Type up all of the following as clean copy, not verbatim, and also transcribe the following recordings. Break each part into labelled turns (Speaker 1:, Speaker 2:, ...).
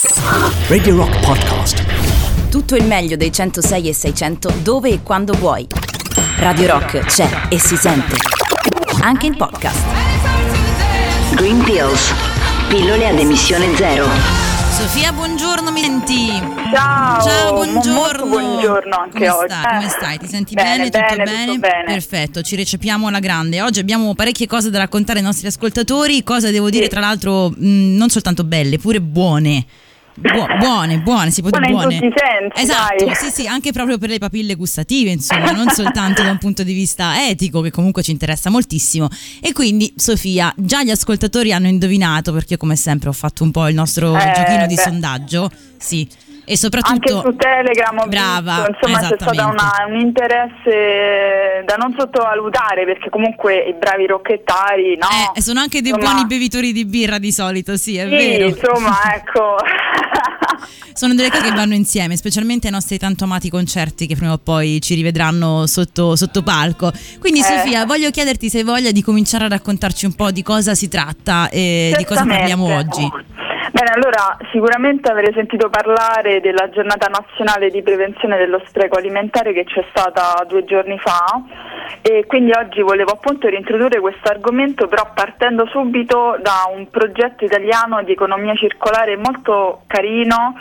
Speaker 1: Radio Rock Podcast.
Speaker 2: Tutto il meglio dei 106 e 600 dove e quando vuoi. Radio Rock c'è e si sente anche in podcast.
Speaker 3: Green Pills, pillole ad emissione zero.
Speaker 4: Sofia, buongiorno, mi senti?
Speaker 5: Ciao,
Speaker 4: buongiorno.
Speaker 5: Molto buongiorno anche oggi.
Speaker 4: Come stai? Ti senti
Speaker 5: bene?
Speaker 4: Tutto
Speaker 5: Tutto bene?
Speaker 4: Perfetto, ci recepiamo alla grande. Oggi abbiamo parecchie cose da raccontare ai nostri ascoltatori, cose devo dire tra l'altro non soltanto belle, pure buone. Buone, si può dire buone.
Speaker 5: In tutti i sensi,
Speaker 4: esatto,
Speaker 5: dai.
Speaker 4: sì, anche proprio per le papille gustative, insomma, non soltanto da un punto di vista etico, che comunque ci interessa moltissimo. E quindi, Sofia, già gli ascoltatori hanno indovinato, perché io come sempre ho fatto un po' il nostro giochino di sondaggio, sì. E soprattutto
Speaker 5: anche su Telegram ho
Speaker 4: brava,
Speaker 5: visto, insomma c'è stato un interesse da non sottovalutare, perché comunque i bravi rocchettari
Speaker 4: sono anche dei buoni bevitori di birra di solito, sì, è vero.
Speaker 5: Insomma, ecco.
Speaker 4: Sono delle cose che vanno insieme, specialmente ai nostri tanto amati concerti che prima o poi ci rivedranno sotto palco. Quindi Sofia, voglio chiederti se hai voglia di cominciare a raccontarci un po' di cosa si tratta e di cosa parliamo oggi.
Speaker 5: Bene, allora sicuramente avrei sentito parlare della giornata nazionale di prevenzione dello spreco alimentare che c'è stata 2 giorni fa, e quindi oggi volevo appunto reintrodurre questo argomento, però partendo subito da un progetto italiano di economia circolare molto carino,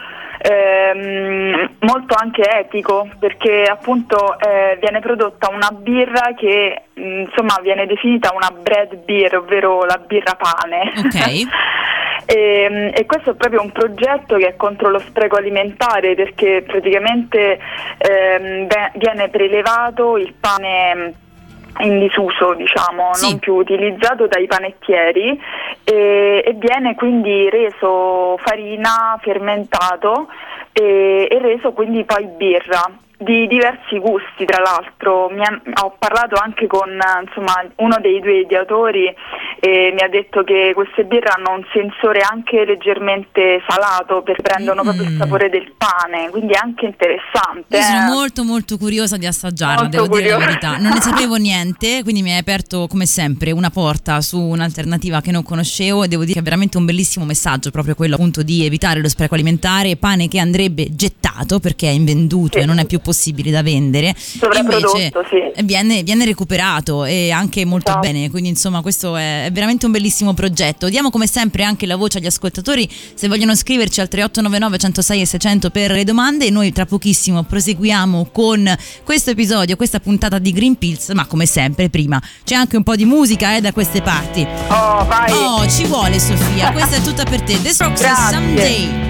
Speaker 5: molto anche etico, perché appunto viene prodotta una birra che insomma viene definita una bread beer, ovvero la birra pane.
Speaker 4: Ok.
Speaker 5: E questo è proprio un progetto che è contro lo spreco alimentare, perché praticamente viene prelevato il pane in disuso, diciamo,
Speaker 4: sì,
Speaker 5: non più utilizzato dai panettieri, e viene quindi reso farina, fermentato e reso quindi poi birra di diversi gusti. Tra l'altro ho parlato anche con uno dei 2 ideatori e mi ha detto che queste birre hanno un sensore anche leggermente salato, perché prendono proprio il sapore del pane, quindi è anche interessante.
Speaker 4: Io sono molto molto curiosa di assaggiarla, devo dire la verità. Non ne sapevo niente, quindi mi hai aperto come sempre una porta su un'alternativa che non conoscevo, e devo dire che è veramente un bellissimo messaggio, proprio quello appunto di evitare lo spreco alimentare, pane che andrebbe gettato perché è invenduto e non è più possibile da vendere, invece viene recuperato e anche molto bene, quindi insomma questo è veramente un bellissimo progetto. Diamo come sempre anche la voce agli ascoltatori se vogliono scriverci al 3899 106 e 600 per le domande, e noi tra pochissimo proseguiamo con questo episodio, questa puntata di Green Pills, ma come sempre prima c'è anche un po' di musica da queste parti.
Speaker 5: Vai.
Speaker 4: Ci vuole, Sofia, questa è tutta per te. The Strokes, Someday.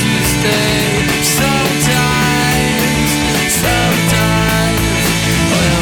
Speaker 6: Sometimes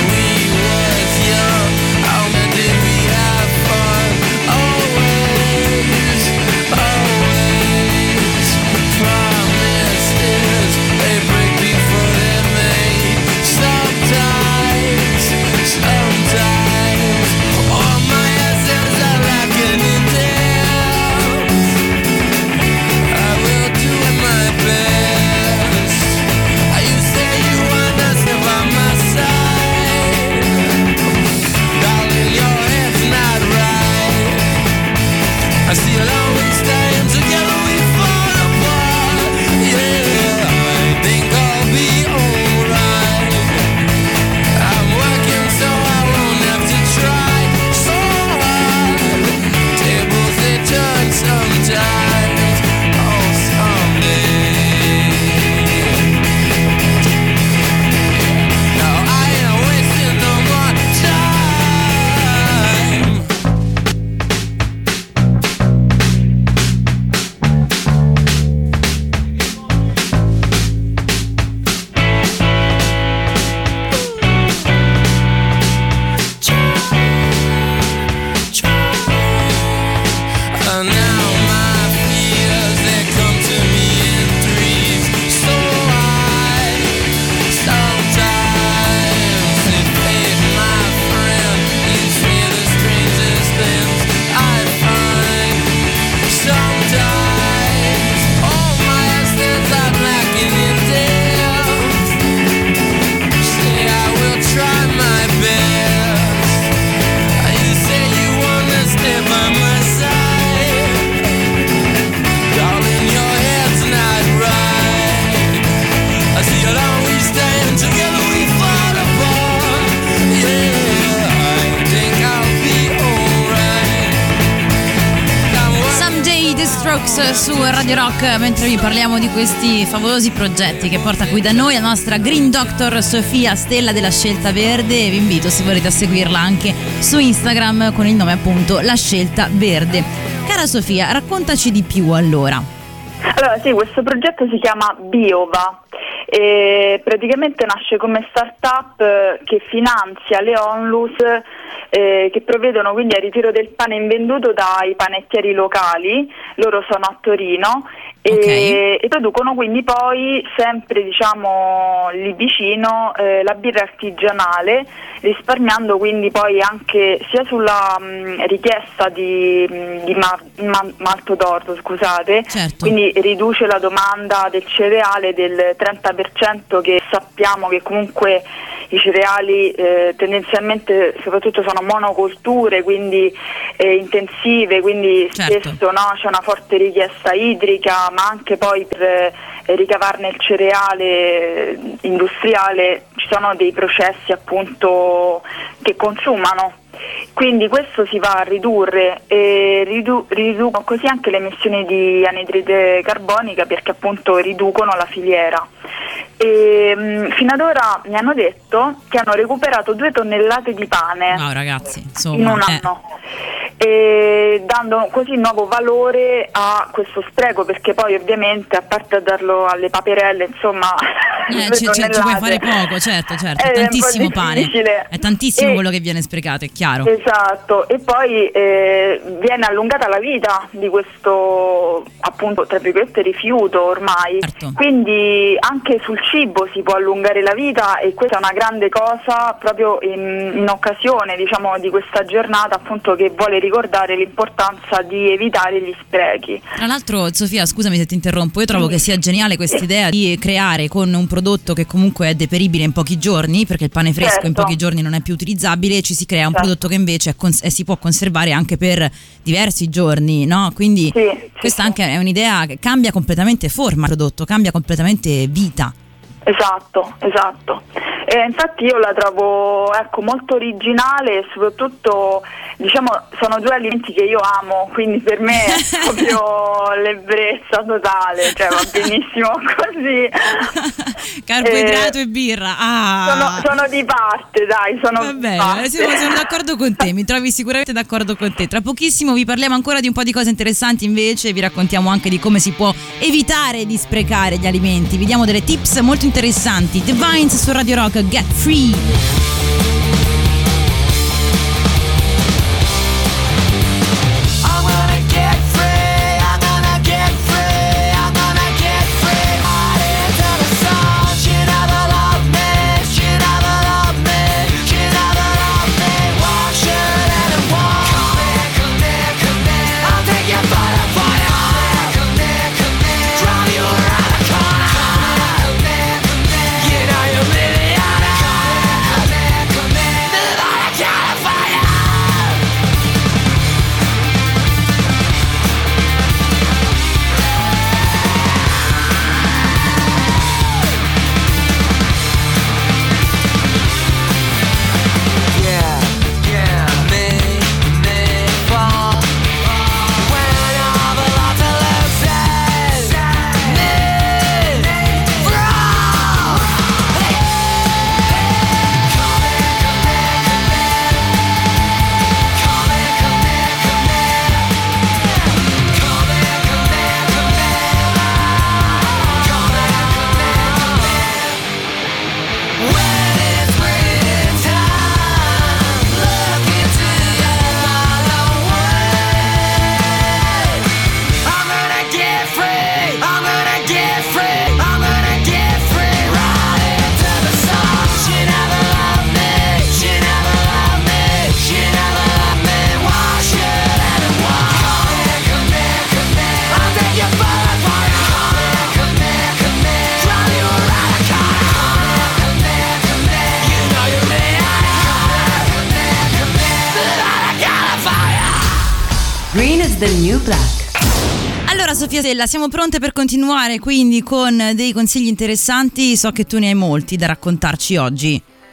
Speaker 4: Detox su Radio Rock, mentre vi parliamo di questi favolosi progetti che porta qui da noi la nostra Green Doctor Sofia Stella della Scelta Verde. Vi invito, se volete, a seguirla anche su Instagram con il nome appunto La Scelta Verde. Cara Sofia, raccontaci di più allora.
Speaker 5: Allora sì, questo progetto si chiama Biova e praticamente nasce come startup che finanzia le onlus che provvedono quindi al ritiro del pane invenduto dai panettieri locali. Loro sono a Torino e producono quindi poi sempre diciamo lì vicino la birra artigianale, risparmiando quindi poi anche sia sulla richiesta di malto d'orzo, scusate,
Speaker 4: certo.
Speaker 5: Quindi riduce la domanda del cereale del 30%, che sappiamo che comunque i cereali tendenzialmente soprattutto sono monocolture, quindi intensive, quindi
Speaker 4: certo.
Speaker 5: spesso c'è una forte richiesta idrica, ma anche poi per ricavarne il cereale industriale ci sono dei processi appunto che consumano. Quindi questo si va a ridurre e riducono così anche le emissioni di anidride carbonica, perché appunto riducono la filiera. E fino ad ora mi hanno detto che hanno recuperato 2 tonnellate di pane
Speaker 4: ragazzi, insomma,
Speaker 5: in un anno, e dando così nuovo valore a questo spreco, perché poi ovviamente a parte a darlo alle paperelle, insomma,
Speaker 4: ci puoi fare poco, certo, è tantissimo pane, è tantissimo quello che viene sprecato, è chiaro.
Speaker 5: Esatto, e poi viene allungata la vita di questo appunto tra virgolette rifiuto ormai,
Speaker 4: certo.
Speaker 5: Quindi anche sul cibo si può allungare la vita, e questa è una grande cosa proprio in occasione diciamo di questa giornata appunto che vuole ricordare l'importanza di evitare gli sprechi.
Speaker 4: Tra l'altro, Sofia, scusami se ti interrompo, io trovo che sia geniale questa idea di creare con un prodotto che comunque è deperibile in pochi giorni, perché il pane fresco
Speaker 5: certo.
Speaker 4: in pochi giorni non è più utilizzabile, ci si crea un
Speaker 5: certo.
Speaker 4: prodotto che invece si può conservare anche per diversi giorni, no? Quindi questa anche è un'idea che cambia completamente forma il prodotto, cambia completamente vita.
Speaker 5: Esatto. Infatti io la trovo molto originale, e soprattutto diciamo sono 2 alimenti che io amo, quindi per me è proprio l'ebbrezza totale, cioè va benissimo così.
Speaker 4: Carboidrato e birra.
Speaker 5: Sono di parte, dai,
Speaker 4: Va bene, sono d'accordo con te, mi trovi sicuramente d'accordo con te. Tra pochissimo vi parliamo ancora di un po' di cose interessanti, invece vi raccontiamo anche di come si può evitare di sprecare gli alimenti. Vi diamo delle tips molto interessanti. The Vines su Radio Rock, Get Free.
Speaker 1: Green is the new black.
Speaker 4: Allora Sofia Stella, siamo pronte per continuare quindi con dei consigli interessanti, so che tu ne hai molti da raccontarci oggi.
Speaker 5: Sì,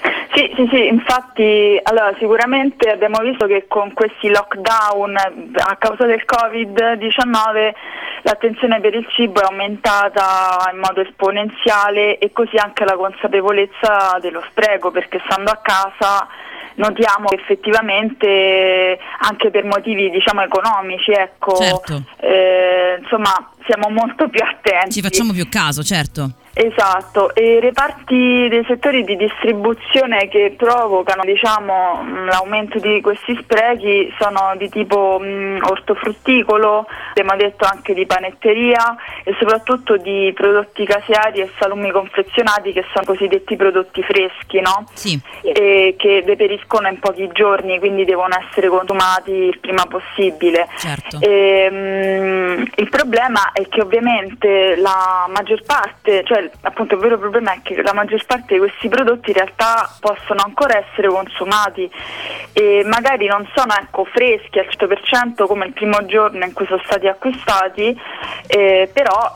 Speaker 5: Sì, infatti allora sicuramente abbiamo visto che con questi lockdown a causa del Covid-19 l'attenzione per il cibo è aumentata in modo esponenziale e così anche la consapevolezza dello spreco, perché stando a casa notiamo che effettivamente anche per motivi diciamo economici, ecco,
Speaker 4: certo.
Speaker 5: Insomma siamo molto più attenti.
Speaker 4: Ci facciamo più caso, certo.
Speaker 5: Esatto, e i reparti dei settori di distribuzione che provocano diciamo l'aumento di questi sprechi sono di tipo ortofrutticolo, abbiamo detto anche di panetteria e soprattutto di prodotti caseari e salumi confezionati, che sono cosiddetti prodotti freschi, no?
Speaker 4: Sì.
Speaker 5: E che deperiscono in pochi giorni, quindi devono essere consumati il prima possibile.
Speaker 4: Certo.
Speaker 5: Il problema è che ovviamente la maggior parte, cioè appunto il vero problema è che la maggior parte di questi prodotti in realtà possono ancora essere consumati e magari non sono freschi al 100% come il primo giorno in cui sono stati acquistati, però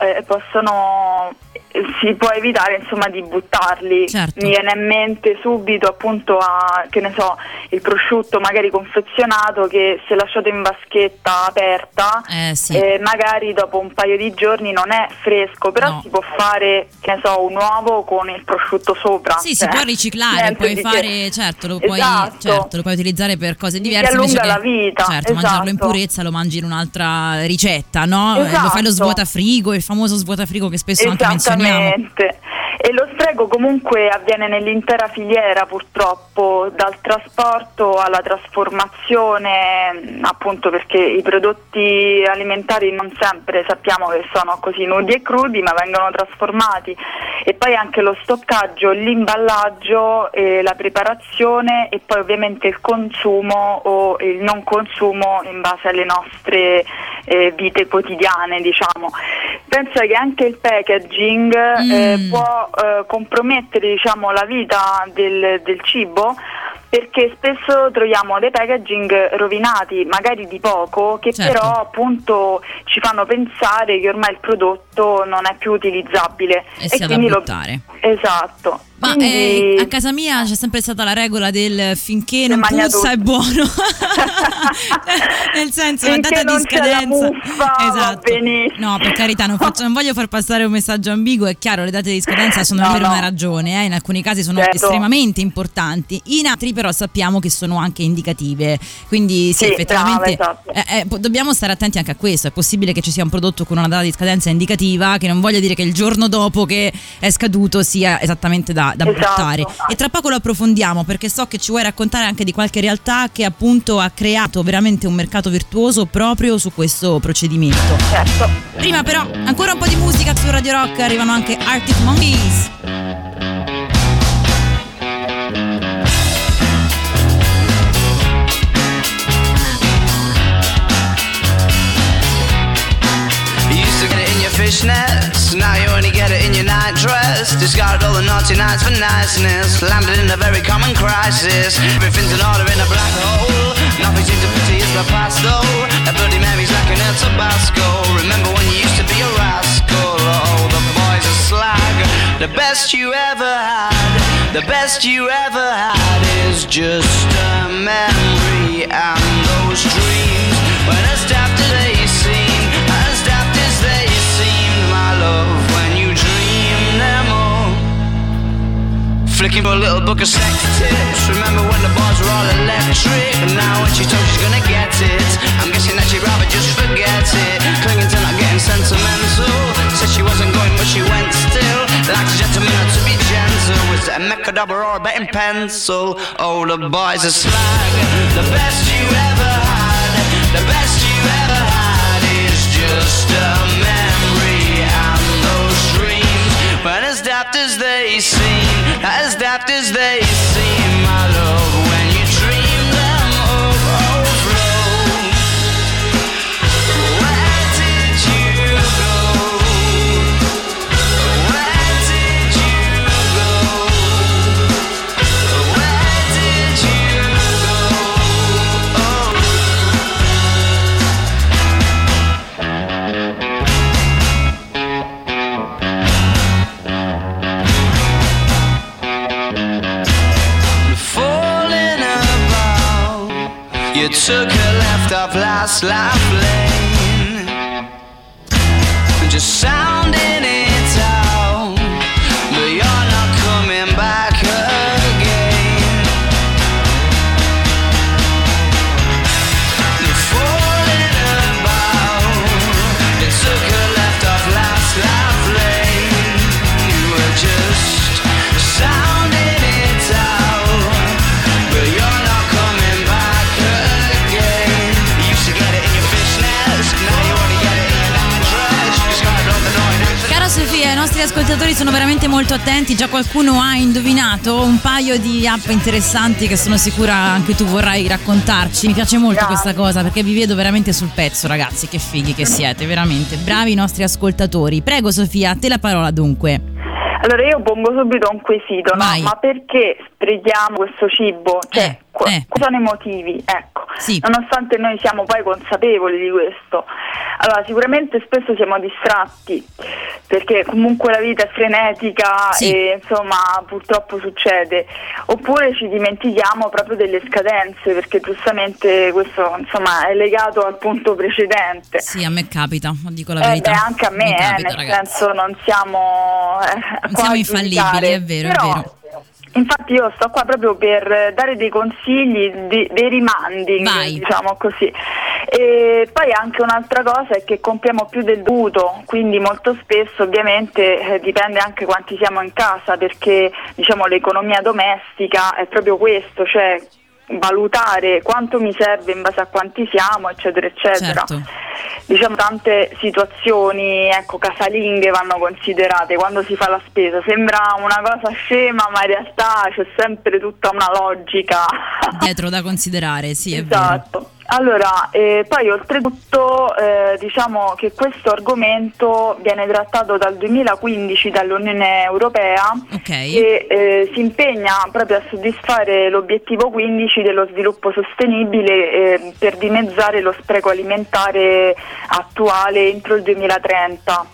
Speaker 5: si può evitare insomma di buttarli.
Speaker 4: Certo.
Speaker 5: Mi viene in mente subito appunto il prosciutto magari confezionato che se lasciato in vaschetta aperta
Speaker 4: sì.
Speaker 5: Magari dopo un paio di giorni non è fresco, però
Speaker 4: no.
Speaker 5: Si può fare un uovo con il prosciutto sopra.
Speaker 4: Sì, si può riciclare, puoi fare, certo, lo puoi utilizzare per cose diverse.
Speaker 5: Si allunga
Speaker 4: invece
Speaker 5: la vita.
Speaker 4: Certo, mangiarlo in purezza lo mangi in un'altra ricetta, no?
Speaker 5: Esatto.
Speaker 4: Lo fai lo svuotafrigo, il famoso svuotafrigo che spesso anche menzioniamo.
Speaker 5: E lo spreco comunque avviene nell'intera filiera purtroppo, dal trasporto alla trasformazione, appunto perché i prodotti alimentari non sempre sappiamo che sono così nudi e crudi, ma vengono trasformati, e poi anche lo stoccaggio, l'imballaggio, la preparazione e poi ovviamente il consumo o il non consumo in base alle nostre vite quotidiane, diciamo. Penso che anche il packaging può compromettere la vita del cibo, perché spesso troviamo dei packaging rovinati, magari di poco, che
Speaker 4: certo.
Speaker 5: però appunto ci fanno pensare che ormai il prodotto non è più utilizzabile
Speaker 4: e sia da buttare.
Speaker 5: Esatto.
Speaker 4: Ma
Speaker 5: quindi,
Speaker 4: a casa mia c'è sempre stata la regola del finché non puzza è buono. Nel senso, la data di scadenza, esatto. No, per carità, non voglio far passare un messaggio ambiguo. È chiaro, le date di scadenza sono per una ragione, in alcuni casi sono estremamente importanti, in altri però sappiamo che sono anche indicative, quindi sì effettivamente
Speaker 5: brava, esatto.
Speaker 4: Dobbiamo stare attenti anche a questo. È possibile che ci sia un prodotto con una data di scadenza indicativa, che non voglia dire che il giorno dopo che è scaduto sia esattamente da buttare. E tra poco lo approfondiamo, perché so che ci vuoi raccontare anche di qualche realtà che appunto ha creato veramente un mercato virtuoso proprio su questo procedimento.
Speaker 5: Certo.
Speaker 4: Prima però ancora un po' di musica su Radio Rock, arrivano anche Arctic Monkeys.
Speaker 6: Fishnets, now you only get it in your night dress. Discarded all the naughty nights for niceness. Landed in a very common crisis. Everything's in order in a black hole. Nothing seems to pity is the past though. A Bloody Mary's like an El Tabasco. Remember when you used to be a rascal? Oh, the boys are slag. The best you ever had, the best you ever had is just a memory. And those dreams, when as daft as they seem, as daft as they my love, when you dream them all. Flicking for a little book of sex tips. Remember when the bars were all electric? And now when she told she's gonna get it, I'm guessing that she'd rather just forget it. Clinging to not getting sentimental. Said she wasn't going but she went still. Like a gentleman had to be gentle. Was it a Mechadabra or a betting pencil? Oh, the boys are slag. The best you ever had, the best you ever had is just a memory. But as daft as they seem, as daft as they seem, my love, when you dream them overflow. Where did you go? Where did you go? Where did you go? Oh. You took a left off last life lane, just sounding it out, but you're not coming back again. You're falling about, you took a left off last life lane, you were just sounding it out, but you're not coming back again. You used to get it in your fishnets, now you only get it in your nightdress. You just gotta blow the noise.
Speaker 4: Cara Sofia, i nostri ascoltatori sono veramente molto attenti, già qualcuno ha indovinato un paio di app interessanti che sono sicura anche tu vorrai raccontarci. Mi piace molto questa cosa perché vi vedo veramente sul pezzo, ragazzi, che fighi che siete, veramente bravi i nostri ascoltatori. Prego Sofia, a te la parola dunque.
Speaker 5: Allora io pongo subito un quesito, no?
Speaker 4: Vai.
Speaker 5: Ma perché sprechiamo questo cibo? Cioè, quali sono i motivi? Ecco,
Speaker 4: Sì.
Speaker 5: Nonostante noi siamo poi consapevoli di questo. Allora, sicuramente spesso siamo distratti, perché comunque la vita è frenetica
Speaker 4: Sì.
Speaker 5: e insomma purtroppo succede. Oppure ci dimentichiamo proprio delle scadenze, perché giustamente questo insomma è legato al punto precedente.
Speaker 4: Sì, a me capita, dico la verità.
Speaker 5: Anche a me,
Speaker 4: capita,
Speaker 5: nel
Speaker 4: ragazzi.
Speaker 5: senso non siamo
Speaker 4: infallibili, è vero,
Speaker 5: però,
Speaker 4: è vero.
Speaker 5: Infatti io sto qua proprio per dare dei consigli, dei rimandi,
Speaker 4: Vai.
Speaker 5: diciamo così. E poi anche un'altra cosa è che compriamo più del dovuto, quindi molto spesso ovviamente dipende anche quanti siamo in casa, perché diciamo l'economia domestica è proprio questo, cioè valutare quanto mi serve in base a quanti siamo, eccetera eccetera.
Speaker 4: Certo.
Speaker 5: Diciamo tante situazioni, ecco, casalinghe vanno considerate quando si fa la spesa. Sembra una cosa scema, ma in realtà c'è sempre tutta una logica
Speaker 4: Dietro da considerare, sì, è
Speaker 5: esatto. Allora, poi oltretutto diciamo che questo argomento viene trattato dal 2015 dall'Unione Europea,
Speaker 4: Ok.
Speaker 5: che si impegna proprio a soddisfare l'obiettivo 15 dello sviluppo sostenibile per dimezzare lo spreco alimentare attuale entro il 2030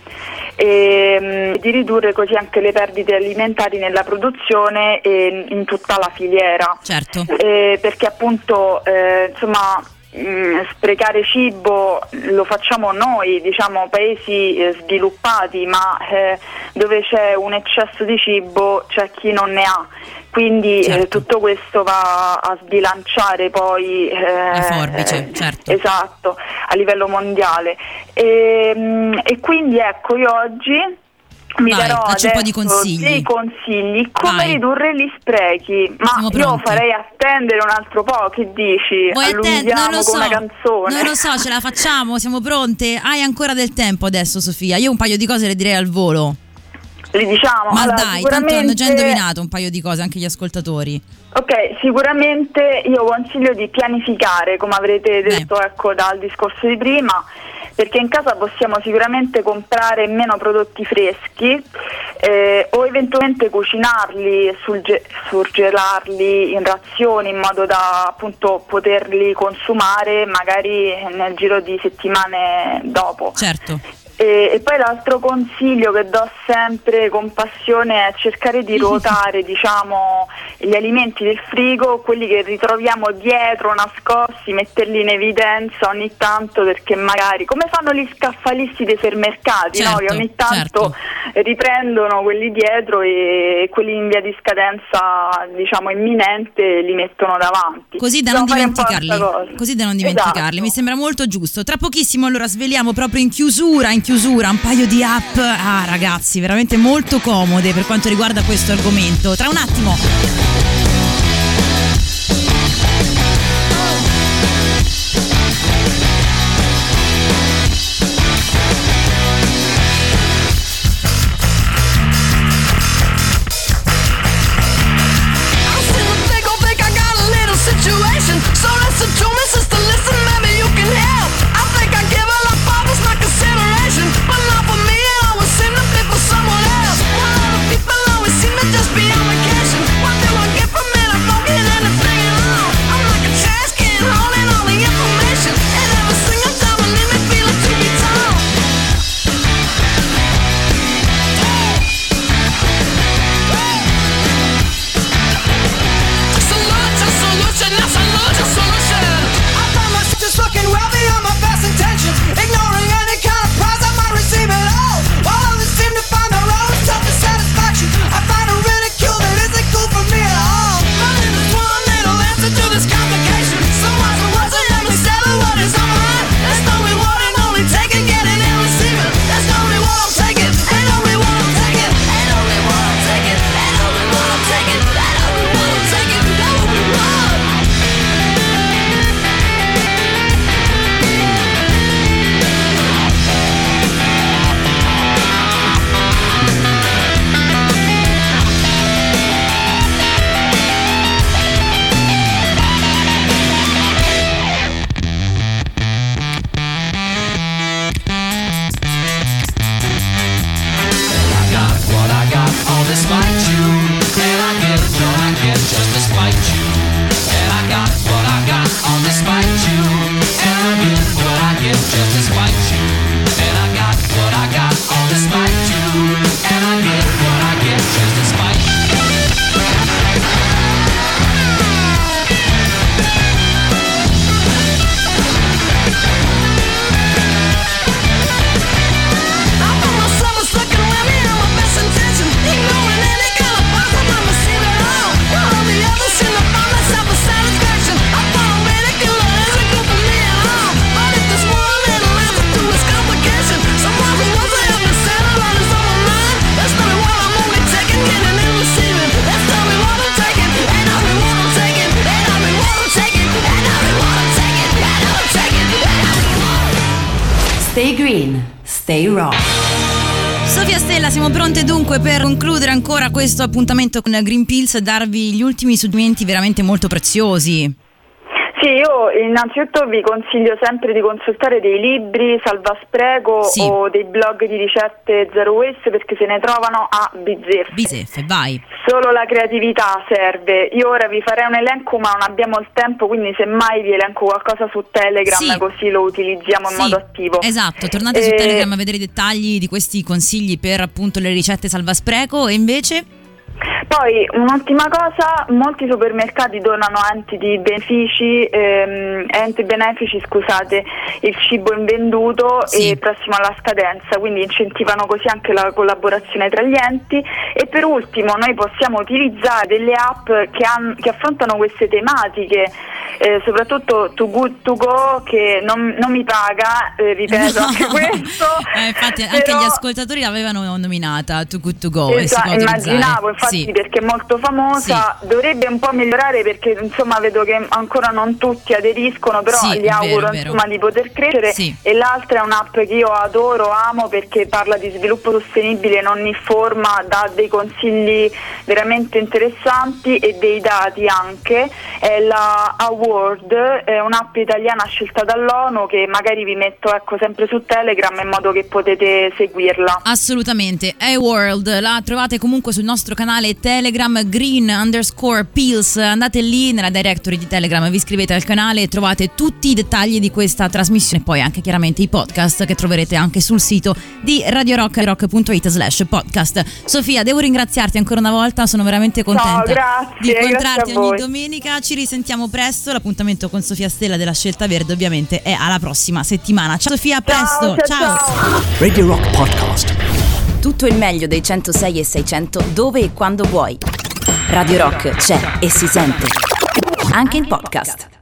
Speaker 5: e di ridurre così anche le perdite alimentari nella produzione e in tutta la filiera.
Speaker 4: Certo.
Speaker 5: Perché appunto insomma sprecare cibo lo facciamo noi, diciamo paesi sviluppati, ma dove c'è un eccesso di cibo c'è chi non ne ha, quindi
Speaker 4: Certo.
Speaker 5: tutto questo va a sbilanciare poi
Speaker 4: La forbice, certo.
Speaker 5: esatto, a livello mondiale e quindi ecco io oggi vi
Speaker 4: Vai,
Speaker 5: darò
Speaker 4: dacci un po' di
Speaker 5: adesso
Speaker 4: consigli.
Speaker 5: dei consigli come
Speaker 4: Vai.
Speaker 5: ridurre gli sprechi, ma
Speaker 4: Siamo
Speaker 5: io
Speaker 4: pronti.
Speaker 5: farei attendere un altro po', che dici?
Speaker 4: Vuoi
Speaker 5: Allunghiamo
Speaker 4: non lo so,
Speaker 5: con una canzone.
Speaker 4: non lo so, ce la facciamo, siamo pronte? Hai ancora del tempo adesso, Sofia? Io un paio di cose le direi al volo.
Speaker 5: Li diciamo?
Speaker 4: Ma
Speaker 5: Allora,
Speaker 4: dai, tanto hanno già indovinato un paio di cose anche gli ascoltatori.
Speaker 5: Ok, sicuramente io consiglio di pianificare, come avrete detto ecco dal discorso di prima, perché in casa possiamo sicuramente comprare meno prodotti freschi o eventualmente cucinarli e surgelarli in razioni in modo da appunto poterli consumare magari nel giro di settimane dopo.
Speaker 4: Certo.
Speaker 5: E poi l'altro consiglio che do sempre con passione è cercare di ruotare diciamo gli alimenti del frigo, quelli che ritroviamo dietro nascosti, metterli in evidenza ogni tanto, perché magari come fanno gli scaffalisti dei supermercati, no? Che ogni tanto riprendono quelli dietro e quelli in via di scadenza diciamo imminente li mettono davanti.
Speaker 4: Così da non dimenticarli. Così da non dimenticarli,
Speaker 5: Esatto.
Speaker 4: mi sembra molto giusto. Tra pochissimo allora sveliamo proprio in chiusura un paio di app, ragazzi, veramente molto comode per quanto riguarda questo argomento. Tra un attimo.
Speaker 7: So listen to me, sister, listen, maybe you can help. I think I give a lot fathers my consideration, but not for me, it always seemed to be for someone else. While other people always seem to just be on vacation. What do I get for
Speaker 1: Stay green, stay raw.
Speaker 4: Sofia Stella, siamo pronte dunque per concludere ancora questo appuntamento con Green Pills e darvi gli ultimi suggerimenti veramente molto preziosi.
Speaker 5: Sì, io innanzitutto vi consiglio sempre di consultare dei libri salvaspreco o dei blog di ricette zero waste, perché se ne trovano a bizzeffe.
Speaker 4: Vai.
Speaker 5: Solo la creatività serve. Io ora vi farei un elenco, ma non abbiamo il tempo, quindi semmai vi elenco qualcosa su Telegram, così lo utilizziamo in modo attivo.
Speaker 4: Esatto, tornate su Telegram a vedere i dettagli di questi consigli per appunto le ricette salvaspreco. E invece?
Speaker 5: Poi un'ultima cosa, molti supermercati donano enti benefici, il cibo invenduto e prossimo alla scadenza, quindi incentivano così anche la collaborazione tra gli enti. E per ultimo noi possiamo utilizzare delle app che affrontano queste tematiche, soprattutto Too Good To Go, che non mi paga, ripeto anche questo.
Speaker 4: Infatti
Speaker 5: però,
Speaker 4: anche gli ascoltatori l'avevano nominata Too Good To Go.
Speaker 5: Esatto, immaginavo, infatti, perché è molto famosa, dovrebbe un po' migliorare, perché insomma vedo che ancora non tutti aderiscono, però gli auguro insomma di poter crescere. E l'altra è un'app che io adoro, amo, perché parla di sviluppo sostenibile in ogni forma, dà dei consigli veramente interessanti e dei dati anche. È la Award, è un'app italiana scelta dall'ONU, che magari vi metto sempre su Telegram in modo che potete seguirla.
Speaker 4: Assolutamente. World la trovate comunque sul nostro canale Telegram, green_pills. Andate lì nella directory di Telegram, vi iscrivete al canale e trovate tutti i dettagli di questa trasmissione, poi anche chiaramente i podcast che troverete anche sul sito di Radio Rock, rock.it/podcast. Sofia, devo ringraziarti ancora una volta, sono veramente contenta di incontrarti ogni domenica. Ci risentiamo presto, l'appuntamento con Sofia Stella della Scelta Verde ovviamente è alla prossima settimana. Ciao Sofia, a presto. Ciao.
Speaker 8: Radio Rock Podcast.
Speaker 2: Tutto il meglio dei 106 e 600 dove e quando vuoi. Radio Rock c'è e si sente. Anche in podcast.